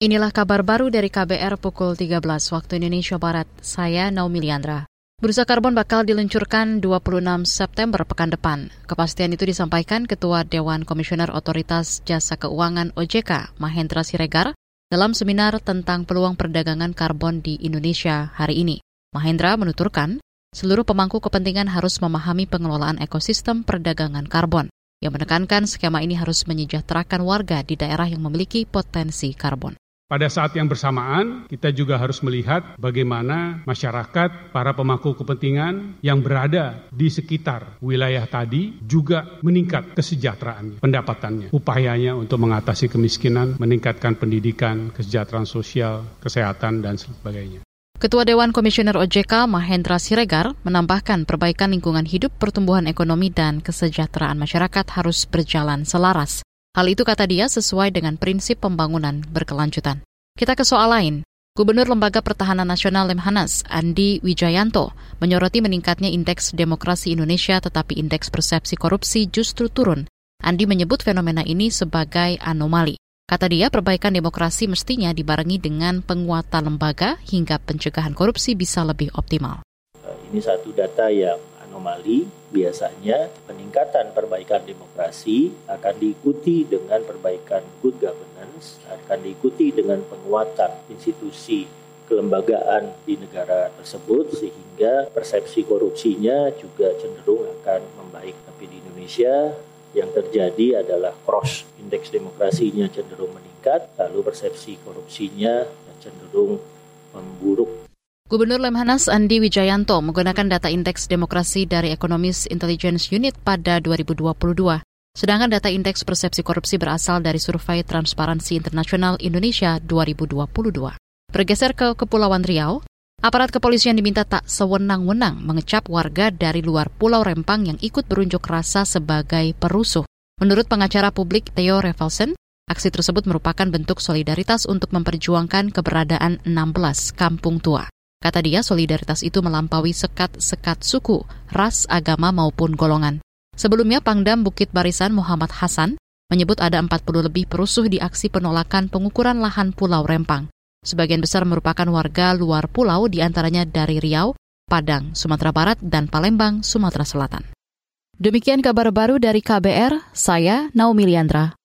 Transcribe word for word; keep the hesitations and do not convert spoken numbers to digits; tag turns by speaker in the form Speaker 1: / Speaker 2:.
Speaker 1: Inilah kabar baru dari K B R pukul tiga belas waktu Indonesia Barat. Saya Naomi Liandra. Bursa karbon bakal diluncurkan dua puluh enam September pekan depan. Kepastian itu disampaikan Ketua Dewan Komisioner Otoritas Jasa Keuangan O J K, Mahendra Siregar, dalam seminar tentang peluang perdagangan karbon di Indonesia hari ini. Mahendra menuturkan, seluruh pemangku kepentingan harus memahami pengelolaan ekosistem perdagangan karbon, yang menekankan skema ini harus menyejahterakan warga di daerah yang memiliki potensi karbon.
Speaker 2: Pada saat yang bersamaan, kita juga harus melihat bagaimana masyarakat, para pemangku kepentingan yang berada di sekitar wilayah tadi juga meningkat kesejahteraannya, pendapatannya, upayanya untuk mengatasi kemiskinan, meningkatkan pendidikan, kesejahteraan sosial, kesehatan, dan sebagainya.
Speaker 1: Ketua Dewan Komisioner O J K, Mahendra Siregar, menambahkan perbaikan lingkungan hidup, pertumbuhan ekonomi, dan kesejahteraan masyarakat harus berjalan selaras. Hal itu, kata dia, sesuai dengan prinsip pembangunan berkelanjutan. Kita ke soal lain. Gubernur Lembaga Pertahanan Nasional Lemhanas, Andi Wijayanto, menyoroti meningkatnya indeks demokrasi Indonesia tetapi indeks persepsi korupsi justru turun. Andi menyebut fenomena ini sebagai anomali. Kata dia, perbaikan demokrasi mestinya dibarengi dengan penguatan lembaga hingga pencegahan korupsi bisa lebih optimal.
Speaker 3: Ini satu data yang anomali. Biasanya peningkatan perbaikan demokrasi akan diikuti dengan perbaikan good governance, akan diikuti dengan penguatan institusi kelembagaan di negara tersebut sehingga persepsi korupsinya juga cenderung akan membaik. Tapi di Indonesia yang terjadi adalah cross, indeks demokrasinya cenderung meningkat, lalu persepsi korupsinya cenderung memburuk.
Speaker 1: Gubernur Lemhanas Andi Wijayanto menggunakan data indeks demokrasi dari Economist Intelligence Unit pada dua ribu dua puluh dua. Sedangkan data indeks persepsi korupsi berasal dari survei Transparansi Internasional Indonesia dua ribu dua puluh dua. Bergeser ke Kepulauan Riau, aparat kepolisian diminta tak sewenang-wenang mengecap warga dari luar Pulau Rempang yang ikut berunjuk rasa sebagai perusuh. Menurut pengacara publik Theo Revelsen, aksi tersebut merupakan bentuk solidaritas untuk memperjuangkan keberadaan enam belas kampung tua. Kata dia, solidaritas itu melampaui sekat-sekat suku, ras, agama maupun golongan. Sebelumnya, Pangdam Bukit Barisan Muhammad Hasan menyebut ada empat puluh lebih perusuh di aksi penolakan pengukuran lahan Pulau Rempang. Sebagian besar merupakan warga luar pulau, diantaranya dari Riau, Padang, Sumatera Barat, dan Palembang, Sumatera Selatan. Demikian kabar baru dari K B R, saya Naomi Liandra.